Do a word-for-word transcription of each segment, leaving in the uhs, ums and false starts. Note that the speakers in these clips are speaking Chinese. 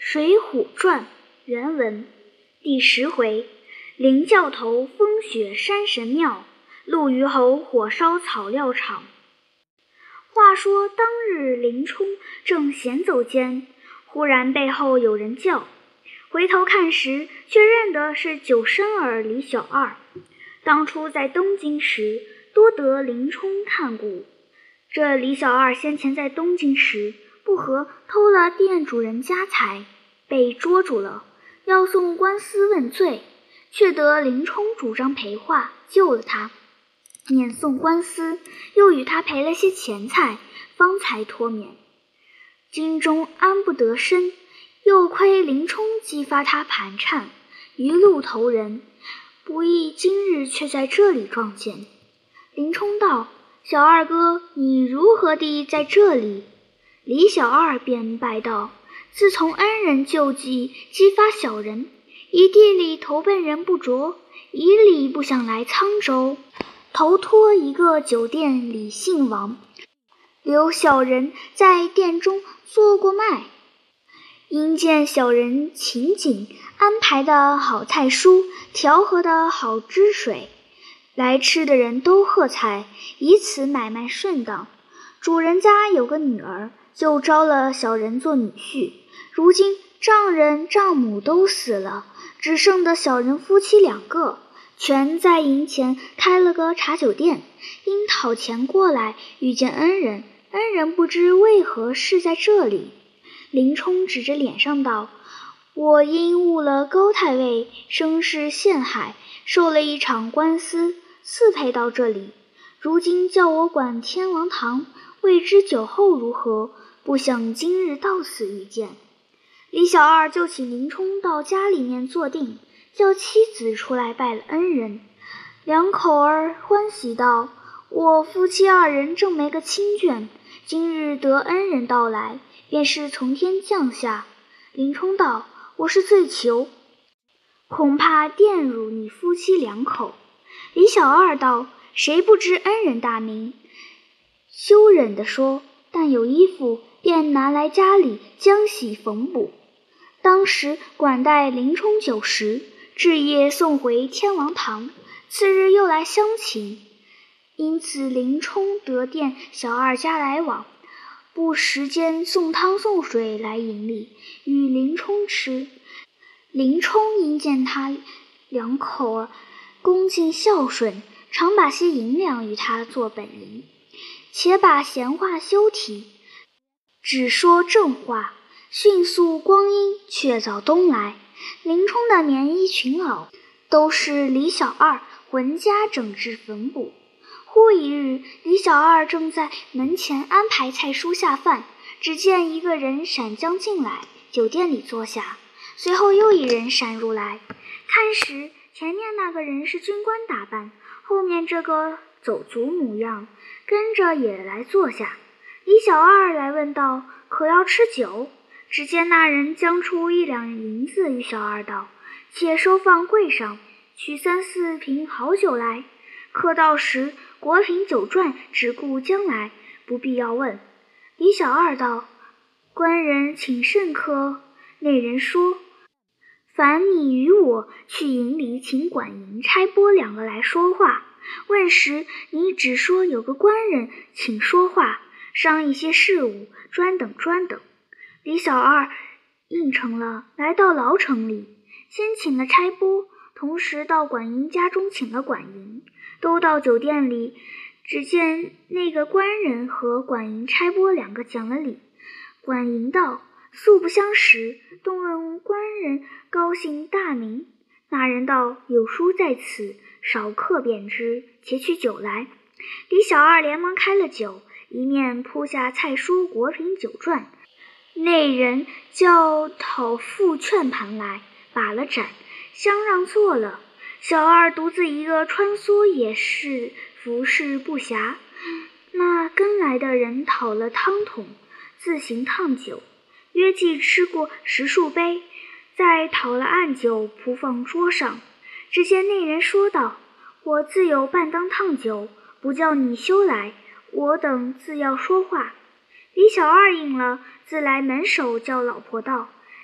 水浒传》原文第十回，林教头风雪山神庙，陆虞侯火烧草料场。话说当日林冲正闲走间，忽然背后有人叫，回头看时，却认得是九生儿李小二。当初在东京时，多得林冲看顾。这李小二先前在东京时，不和偷了店主人家财，被捉住了，要送官司问罪，却得林冲主张赔话，救了他，免送官司，又与他赔了些钱财，方才脱免。京中安不得身，又亏林冲激发他盘缠，一路投人，不意今日却在这里撞见。林冲道：小二哥，你如何地在这里？李小二便拜道：自从恩人救济，激发小人，一地里投奔人不着，一里不想来沧州，投托一个酒店里姓王，留小人在店中做过卖。因见小人勤谨，安排的好菜蔬，调和的好汁水，来吃的人都喝彩，以此买卖顺当。主人家有个女儿，就招了小人做女婿。如今丈人丈母都死了，只剩的小人夫妻两个，全在营前开了个茶酒店，因讨钱过来，遇见恩人，恩人不知为何是在这里。林冲指着脸上道：我因误了高太尉，生事陷害，受了一场官司，刺配到这里，如今叫我管天王堂，未知酒后如何，不想今日到此遇见。李小二就请林冲到家里面坐定，叫妻子出来拜了恩人。两口儿欢喜道：我夫妻二人正没个亲眷，今日得恩人到来，便是从天降下。林冲道：我是最求，恐怕玷辱你夫妻两口。李小二道：谁不知恩人大名？羞忍地说，但有衣服，便拿来家里将洗缝补。当时管待林冲酒食，至夜送回天王堂，次日又来相请。因此林冲得店小二家来往，不时间送汤送水来营里与林冲吃。林冲因见他两口儿恭敬孝顺，常把些银两与他做本银，且把闲话休提，只说正话。迅速光阴却早冬来，林冲的棉衣裙袄都是李小二浑家整治缝补。忽一日，李小二正在门前安排菜蔬下饭，只见一个人闪将进来，酒店里坐下，随后又一人闪入来，看时前面那个人是军官打扮，后面这个走卒模样，跟着也来坐下。李小二来问道：可要吃酒？只见那人将出一两银子与小二道：且收放柜上，取三四瓶好酒来，客到时国品酒馔只顾将来，不必要问。李小二道：官人请甚客？那人说：凡你与我去营里请管营差拨两个来说话，问时你只说有个官人请说话，商一些事务，专等专等。李小二应承了，来到牢城里，先请了差拨，同时到管营家中请了管营，都到酒店里，只见那个官人和管营差拨两个讲了礼。管营道：素不相识，动问官人高姓大名。那人道：有书在此，少客便知，且取酒来。李小二连忙开了酒，一面铺下菜蔬果品酒馔，那人叫讨父劝盘来，把了盏，相让坐了。小二独自一个穿梭也是服侍不暇，那跟来的人讨了汤桶，自行烫酒，约计吃过十数杯，再讨了暗酒铺放桌上。只见那人说道：我自有半当烫酒，不叫你休来，我等自要说话。李小二应了，自来门首叫老婆道：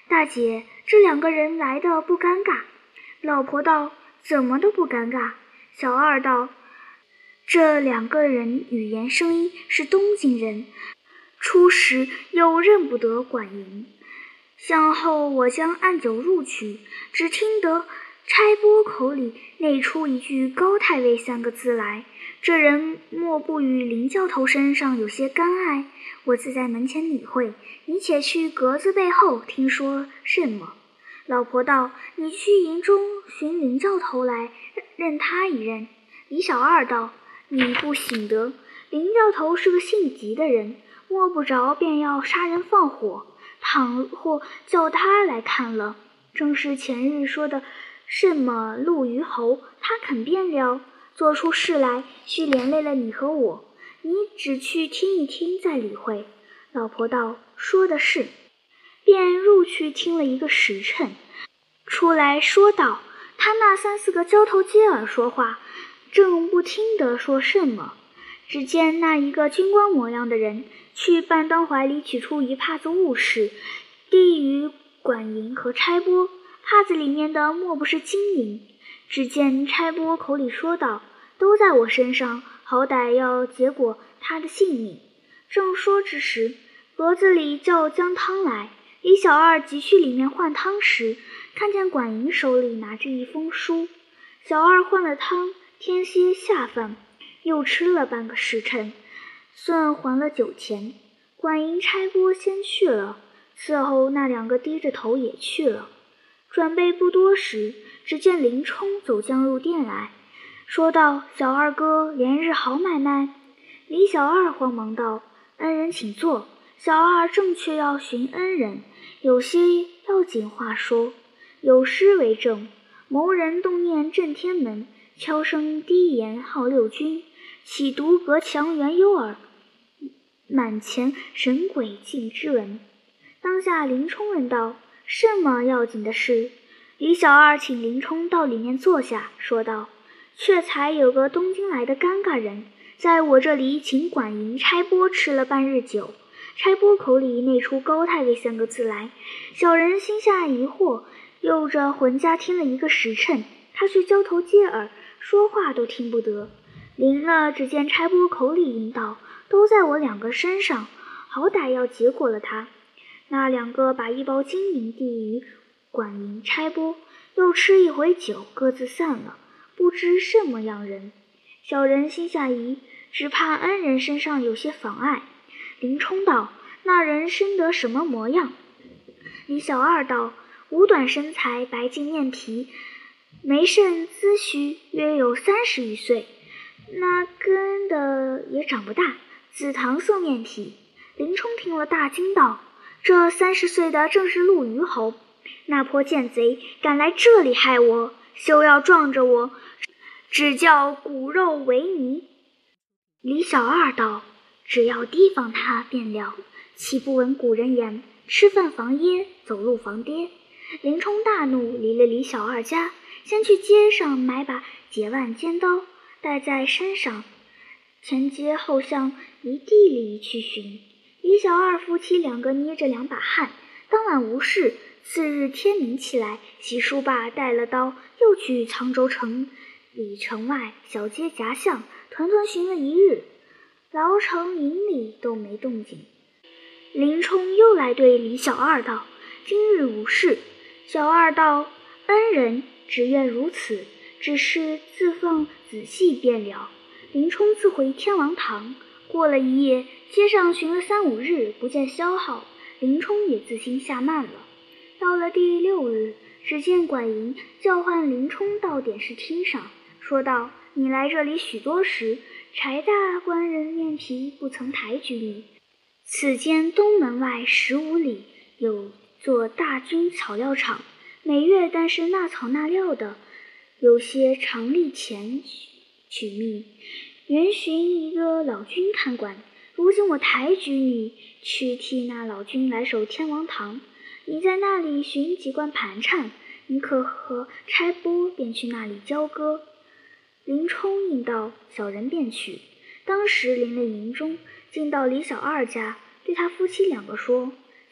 大姐，这两个人来的不尴尬。老婆道：怎么都不尴尬？小二道：这两个人语言声音是东京人，初时又认不得管营。向后我将按酒入去，只听得差拨口里内出一句高太尉三个字来，这人莫不与林教头身上有些干碍？我自在门前理会，你且去格子背后听说什么。老婆道：你去营中寻林教头来，认他一认。李小二道：你不醒得，林教头是个性急的人，摸不着便要杀人放火，倘或叫他来看了，正是前日说的什么陆虞侯，他肯变了，做出事来须连累了你和我，你只去听一听再理会。老婆道：说的是。便入去听了一个时辰，出来说道：他那三四个交头接耳说话，正不听得说什么，只见那一个军官模样的人去半当怀里取出一帕子物事，递与管营和差拨，帕子里面的莫不是金银。只见差拨口里说道：都在我身上，好歹要结果他的性命。正说之时，格子里叫将汤来。李小二急去里面换汤时，看见管营手里拿着一封书。小二换了汤，添些下饭，又吃了半个时辰，算还了酒钱。管营差拨先去了，伺候那两个低着头也去了。转备不多时，只见林冲走将入店来，说道：小二哥，连日好买卖。李小二慌忙道：恩人请坐。小二正却要寻恩人，有些要紧话说。有诗为证：谋人动念震天门，悄声低言号六军，岂独隔墙缘幽耳，满前神鬼尽之闻。当下林冲问道：什么要紧的事？李小二请林冲到里面坐下，说道：却才有个东京来的尴尬人，在我这里请管营差拨吃了半日酒，差拨口里内出高太尉三个字来，小人心下疑惑，又着浑家听了一个时辰，他却交头接耳，说话都听不得。临了，只见差拨口里应道：都在我两个身上，好歹要结果了他。那两个把一包金银递与管营差拨，又吃一回酒，各自散了，不知什么样人。小人心下疑，只怕恩人身上有些妨碍。林冲道：那人生得什么模样？李小二道：五短身材，白净面皮，眉甚姿须，约有三十余岁，那根的也长不大，紫糖色面体。林冲听了大惊道：这三十岁的正是陆虞侯，那泼贱贼敢来这里害我，休要撞着我，只叫骨肉为泥。李小二道：只要提防他便了，岂不闻古人言，吃饭防噎，走路防跌。林冲大怒，离了李小二家，先去街上买把结腕尖刀，带在身上，前街后巷一地里去寻。李小二夫妻两个捏着两把汗，当晚无事。次日天明起来，洗漱罢带了刀，又去沧州城里城外小街夹巷屯屯寻了一日，牢城营里都没动静。林冲又来对李小二道：今日无事。小二道：恩人只愿如此，只是自放仔细便了。林冲自回天王堂，过了一夜，街上寻了三五日，不见消耗，林冲也自心下慢了。到了第六日，只见管营叫唤林冲到点视厅上，说道：你来这里许多时，柴大官人面皮不曾抬举你。此间东门外十五里有座大军草料场，每月单是纳草纳料的，有些常例钱取密，原寻一个老君看管。如今我抬举你去替那老君来守天王堂，你在那里寻几罐盘缠，你可和差拨便去那里交割。林冲应道：小人便去。当时临了营中，进到李小二家，对他夫妻两个说：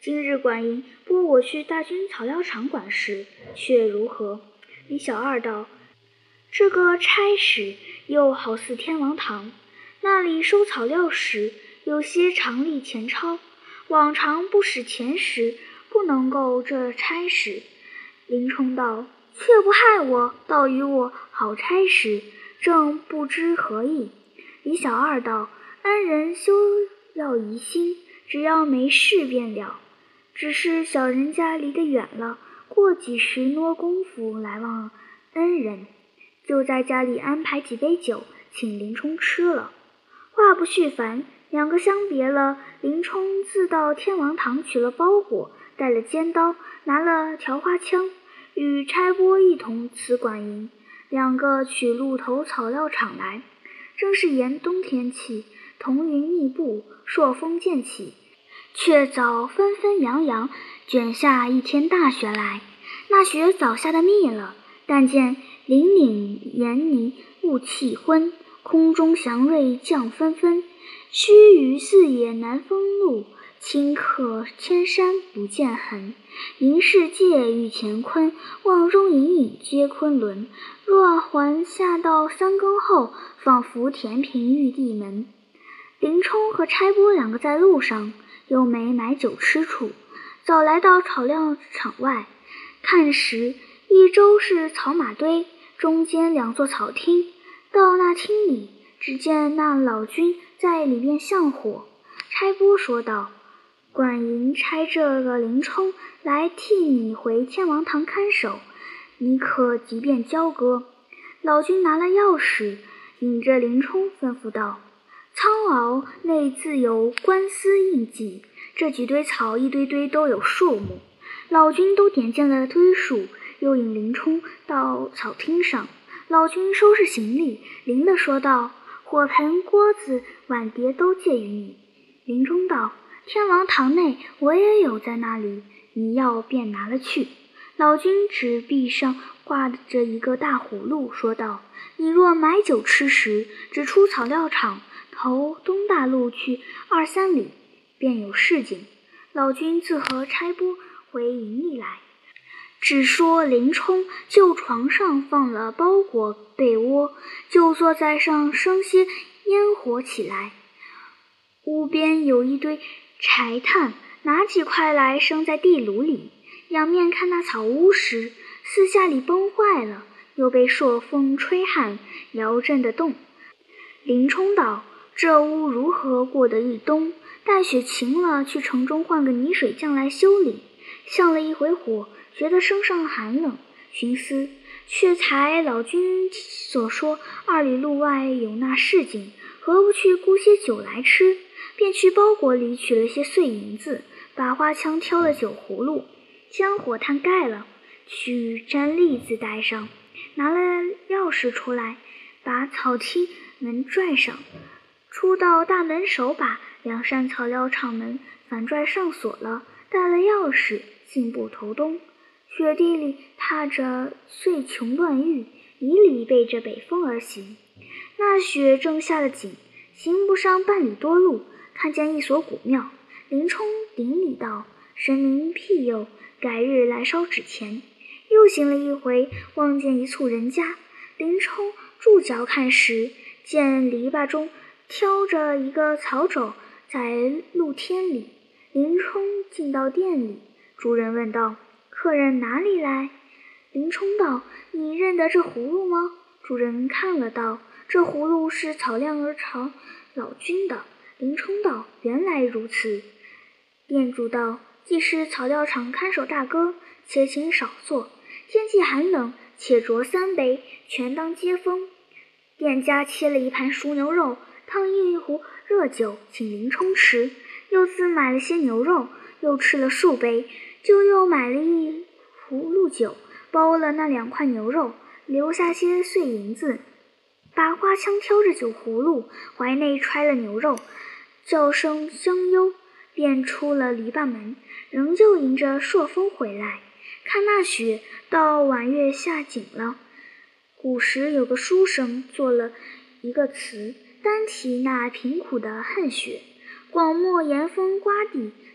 今日管营拨我去大军草料场管事，却如何？”李小二道：“这个差使又好似天王堂，那里收草料时有些常例前抄，往常不使钱时，不能够这差使。”林冲道：“却不害我，倒与我好差使，正不知何意。”李小二道：“恩人休要疑心，只要没事便了。只是小人家离得远了，过几时挪功夫来望恩人，就在家里安排几杯酒，请林冲吃了。”话不续烦，两个相别了。林冲自到天王堂取了包裹，带了尖刀，拿了条花枪，与差拨一同辞管营，两个取路头草料场来。正是严冬天气，彤云密布，朔风渐起，却早纷纷扬扬卷下一天大雪来。那雪早下得密了，但见岭岭岩泥雾气昏，空中祥瑞降纷纷。须臾四野南风路，顷刻千山不见痕。迎世界遇乾坤，望中隐隐接昆仑。若还下到三更后，仿佛填平玉帝门。林冲和差拨两个在路上，又没买酒吃处，早来到草料场外，看时一周是草马堆，中间两座草厅。到那厅里，只见那老君在里面向火。差拨说道：“管营差这个林冲来替你回天王堂看守，你可即便交割。”老君拿了钥匙，引着林冲吩咐道：“苍鳌内自有官司印记，这几堆草一堆堆都有数目。”老君都点见了堆数，又引林冲到草厅上。老君收拾行李，临了说道：“火盆、锅子、碗碟都借与你。”林冲道：“天王堂内我也有在那里，你要便拿了去。”老君指壁上挂着一个大葫芦，说道：“你若买酒吃时，只出草料场，投东大路去二三里，便有市井。”老君自和差拨回营里来，只说林冲就床上放了包裹被窝，就坐在上生些烟火起来。屋边有一堆柴炭，拿几块来生在地炉里。仰面看那草屋时，四下里崩坏了，又被朔风吹撼，摇震得动。林冲道：“这屋如何过得一冬？待雪晴了，去城中换个泥水匠来修理。”向了一回火，觉得身上寒冷，寻思却才老君所说二里路外有那市井，何不去沽些酒来吃？便去包裹里取了些碎银子，把花枪挑了酒葫芦，将火炭盖了，取毡笠子带上，拿了钥匙出来，把草厅门拽上，出到大门首把，两扇草料场门反拽上锁了，带了钥匙，进步头东。雪地里踏着碎琼乱玉，以里背着北风而行。那雪正下了紧，行不上半里多路，看见一所古庙。林冲顶礼道：“神明庇佑，改日来烧纸钱。”又行了一回，望见一簇人家。林冲住脚看时，见篱笆中挑着一个草帚在露天里。林冲进到店里，主人问道：“客人哪里来？”林冲道：“你认得这葫芦吗？”主人看了道：“这葫芦是草料场老君的。”林冲道：“原来如此。”店主道：“既是草料场看守大哥，且请少坐。天气寒冷，且酌三杯，全当接风。”店家切了一盘熟牛肉，烫一壶热酒，请林冲吃。又自买了些牛肉，又吃了数杯，就又买了一葫芦酒，包了那两块牛肉，留下些碎银子，把花枪挑着酒葫芦，怀内揣了牛肉，叫声香幽，便出了篱笆门，仍旧迎着朔风回来。看那雪到晚月下紧了。古时有个书生做了一个词，单提那贫苦的恨雪。广漠严风刮地，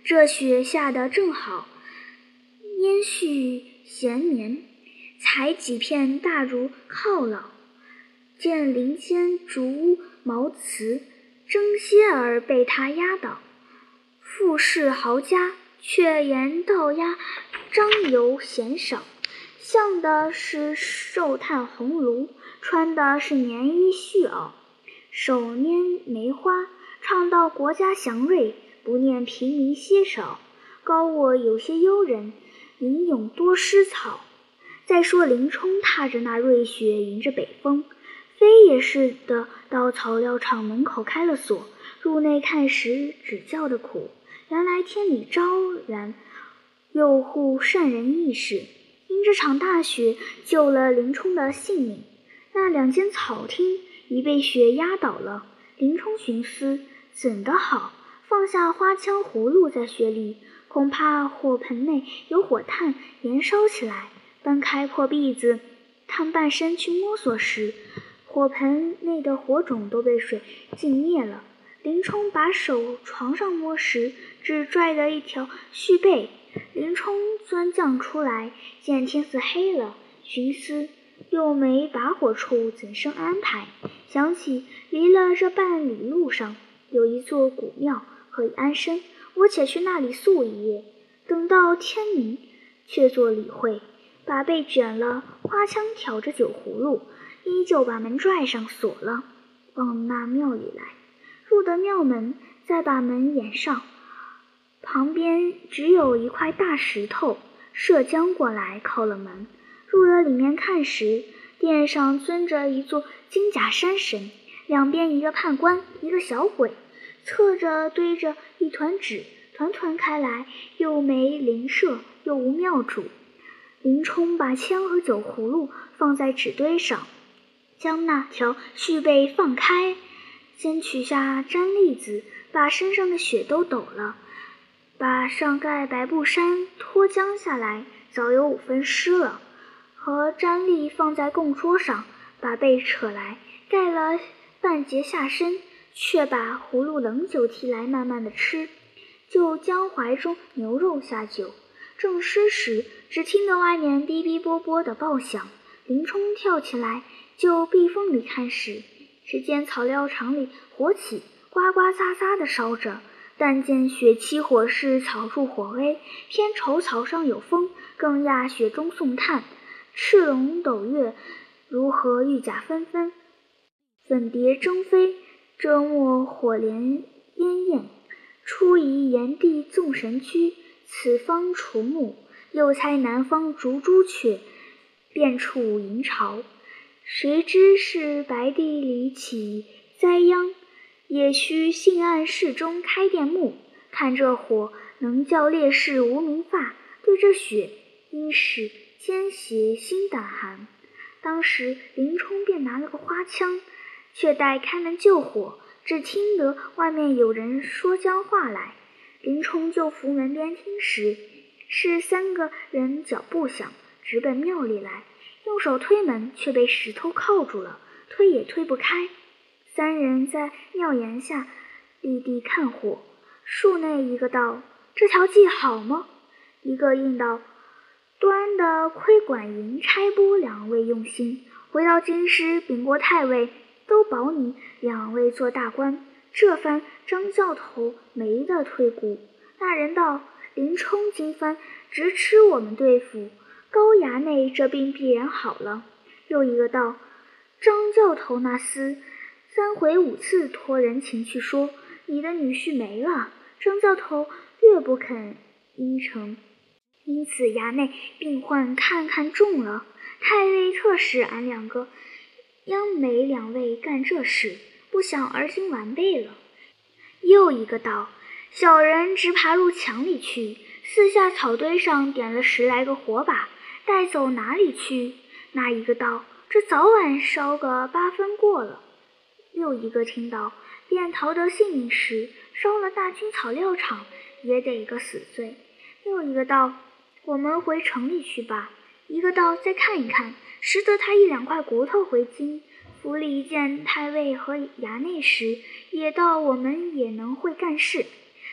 这雪下得正好，烟絮闲绵，采几片大竹犒劳。见林间竹屋茅茨，争些儿被他压倒。富士豪家，却言道压张油嫌少，向的是寿炭红炉，穿的是棉衣絮袄，手拈梅花，唱道国家祥瑞，不念平民稀少。高卧有些幽人，吟咏多诗草。再说林冲踏着那瑞雪，迎着北风，飞也似的到草料场门口开了锁，入内看时，只叫的苦。原来天理昭然，佑护善人义士，因这场大雪救了林冲的性命。那两间草厅已被雪压倒了，林冲寻思，怎的好？放下花枪葫芦在雪里，恐怕火盆内有火炭燃烧起来。搬开破篦子，探半身去摸索时，火盆内的火种都被水浸灭了。林冲把手床上摸时，只拽了一条絮被。林冲钻将出来，见天色黑了，寻思又没把火处，怎生安排？想起离了这半里路上有一座古庙，可以安身，我且去那里宿一夜，等到天明却做理会。把被卷了，花枪挑着酒葫芦，依旧把门拽上锁了，往那庙里来。入得庙门，再把门掩上，旁边只有一块大石头，射将过来靠了门。入了里面看时，殿上尊着一座金甲山神，两边一个判官，一个小鬼，侧着堆着一团纸，团团开来，又没邻舍，又无庙主。林冲把枪和酒葫芦放在纸堆上，将那条絮被放开，先取下毡栗子，把身上的雪都抖了，把上盖白布衫脱将下来，早有五分湿了，和毡栗放在供桌上，把被扯来盖了半截下身，却把葫芦冷酒提来慢慢的吃，就将怀中牛肉下酒。正吃时，只听得外面哔哔啵啵的爆响。林冲跳起来，就避风里看时，只见草料场里火起，呱呱喳喳的烧着。但见雪凄火势，草树火威，偏愁草上有风，更讶雪中送炭。赤龙斗月，如何玉甲纷纷，粉蝶争飞，遮没火莲烟焰。初疑炎帝纵神驹，此方除木，又猜南方逐朱雀，便处银巢。谁知是白帝里起灾殃，也须信暗室中开殿幕。看这火能叫烈士无名发，对这雪应是奸邪心胆寒。当时林冲便拿了个花枪，却待开门救火，只听得外面有人说将话来。林冲就扶门边听时，是三个人脚步响，直奔庙里来，用手推门，却被石头铐住了，推也推不开。三人在庙檐下立地看火，树内一个道：“这条计好吗？”一个应道：“端的亏管营差拨两位用心，回到京师禀过太尉，都保你两位做大官。这番张教头没得推估。”那人道：“林冲今番直吃我们对付，高衙内这病必然好了。”又一个道：“张教头那厮三回五次托人情去说，你的女婿没了，张教头略不肯应承，因此衙内病患看看重了。太尉特使俺两个央媒两位干这事，不想而今完备了。”又一个道：“小人直爬入墙里去，四下草堆上点了十来个火把，带走哪里去？”那一个道：“这早晚烧个八分过了。”又一个听到，便逃得性命时，烧了大军草料场，也得个死罪。又一个道：“我们回城里去吧。”一个道：“再看一看，识得他一两块骨头回京。府里见太尉和衙内时，也道我们也能会干事。”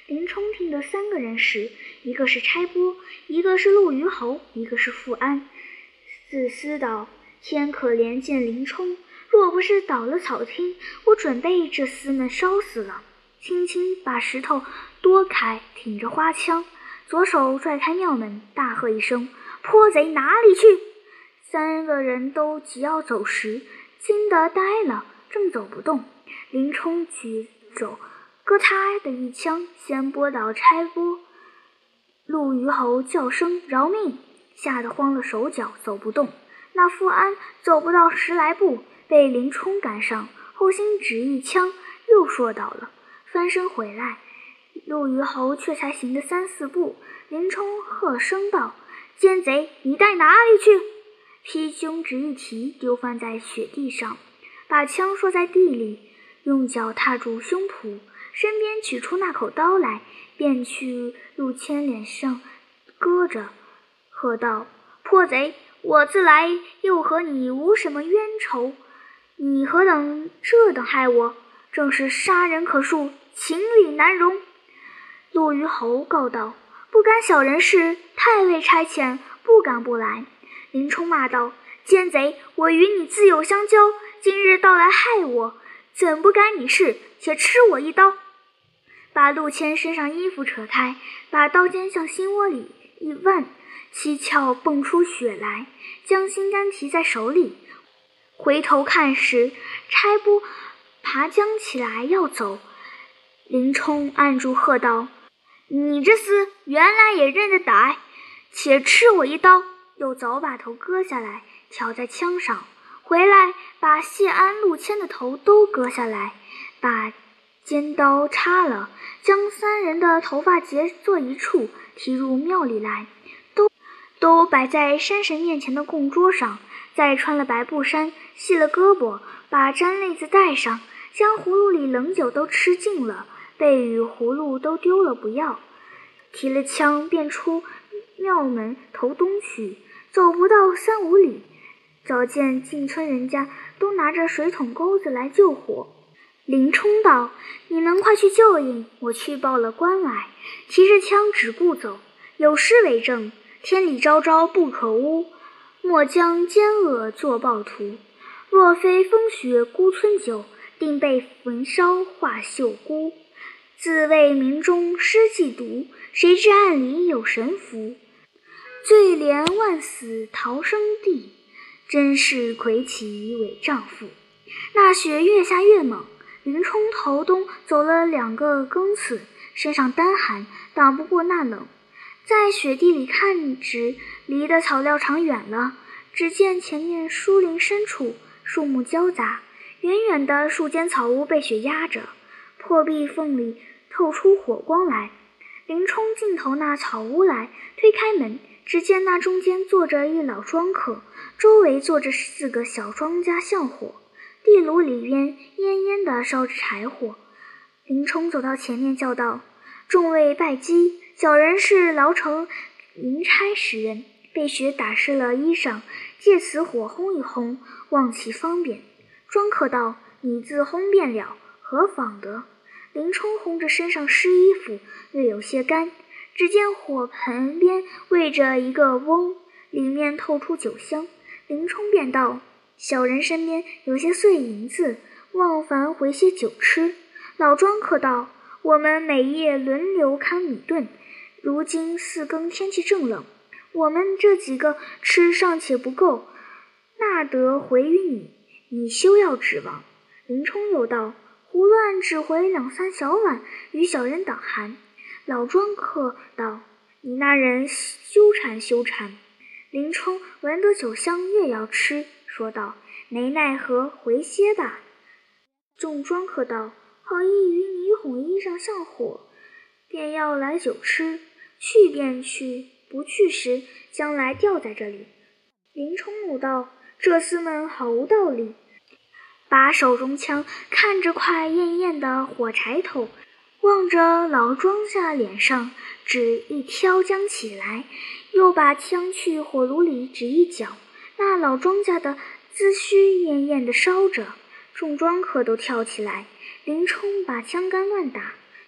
林冲听得三个人时，一个是差拨，一个是陆虞侯，一个是富安，自私道：天可怜见林冲，若不是倒了草厅，我准备这厮们烧死了。轻轻把石头拨开，挺着花枪，左手拽开庙门，大喝一声：泼贼哪里去！三个人都急要走时，惊得呆了，正走不动。林冲举手咯嚓的一枪，先拨倒差拨，陆虞侯叫声饶命，吓得慌了手脚，走不动。那富安走不到十来步，被林冲赶上，后心只一枪，又说倒了，翻身回来。陆虞侯却才行得三四步，林冲喝声道：奸贼，你带哪里去！披胸直一提，丢翻在雪地上，把枪说在地里，用脚踏住胸脯，身边取出那口刀来，便去陆谦脸上搁着，喝道：泼贼，我自来又和你无什么冤仇，你何等这等害我，正是杀人可恕，情理难容。陆虞侯告道：不干小人事，太尉差遣，不敢不来。林冲骂道：奸贼，我与你自有相交，今日到来害我，怎不干你事，且吃我一刀！把陆谦身上衣服扯开，把刀尖向心窝里一腕，七窍蹦出血来，将心肝提在手里。回头看时，差拨爬将起来要走，林冲按住喝道：你这厮原来也认得歹，且吃我一刀！又早把头割下来，挑在枪上，回来把谢安、陆谦的头都割下来，把尖刀插了，将三人的头发结作一处，提入庙里来，都都摆在山神面前的供桌上，再穿了白布衫，系了胳膊，把毡肋子戴上，将葫芦里冷酒都吃尽了，被与葫芦都丢了不要，提了枪便出庙门投东去，走不到三五里，早见进村人家都拿着水桶钩子来救火。林冲道：你们快去救应，我去报了官来。提着枪只顾走，有诗为证：天理昭昭不可污，莫将奸恶作暴徒。若非风雪孤村酒，定被焚烧化秀姑。自谓民中施计毒，谁知暗里有神符。罪怜万死逃生地，真是魁奇伪丈夫。那雪越下越猛，林冲头东走了两个更次，身上单寒，挡不过那冷。在雪地里看时，离得草料场远了，只见前面疏林深处树木交杂，远远的树间草屋被雪压着，破壁缝里透出火光来。林冲进头那草屋来，推开门，只见那中间坐着一老庄客，周围坐着四个小庄稼向火，地炉里边烟烟地烧着柴火。林冲走到前面叫道：众位拜击，小人是牢城银差使人，被雪打湿了衣裳，借此火烘一烘，望其方便。庄客道：你自烘便了，何妨得？林冲烘着身上湿衣服，略有些干，只见火盆边围着一个瓮，里面透出酒香。林冲便道：小人身边有些碎银子，望烦回些酒吃。老庄客道：我们每夜轮流看米炖，如今四更天气正冷，我们这几个吃尚且不够，那得回于你，你休要指望。林冲又道：胡乱只回两三小碗，与小人挡寒。老庄客道：你那人羞馋羞馋。林冲闻得酒香，越要吃，说道：没奈何，回歇吧。众庄客道：好意与你哄衣裳上火，便要来酒吃，去便去，不去时将来吊在这里。林冲怒道：这厮们好无道理，把手中枪看着块艳艳的火柴头，望着老庄稼脸上只一挑将起来，又把枪去火炉里只一搅，那老庄稼的滋须艳艳的烧着，众庄客都跳起来。林冲把枪杆乱打，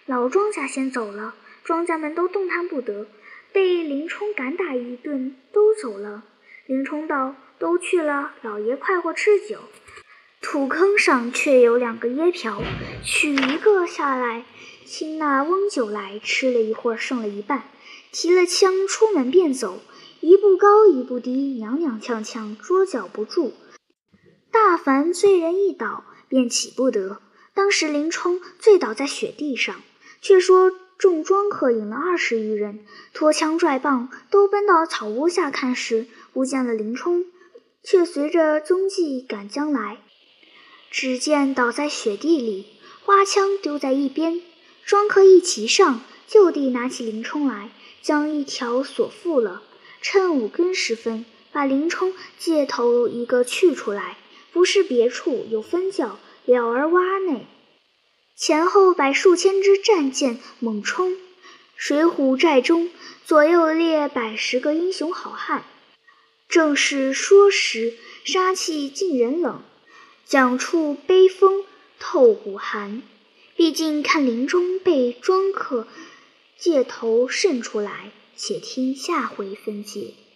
老庄家先走了，庄稼们都动弹不得，被林冲赶打一顿，都走了。林冲道：“都去了，老爷快活吃酒。”土坑上却有两个椰瓢，取一个下来，请那翁酒来，吃了一会儿，剩了一半，提了枪出门便走，一步高一步低，踉踉跄跄，捉脚不住。大凡醉人一倒，便起不得。当时林冲醉倒在雪地上，却说众庄客引了二十余人，拖枪拽棒，都奔到草屋下看时，不见了林冲，却随着踪迹赶将来。只见倒在雪地里，花枪丢在一边，庄客一齐上，就地拿起林冲来，将一条锁缚了，趁五更时分，把林冲借头一个取出来，不是别处，有分教，了儿洼内。前后百数千支战舰猛冲，水浒寨中左右列百十个英雄好汉，正是说时杀气尽人冷，讲处悲风透骨寒。毕竟看林冲被庄客借头渗出来，且听下回分解。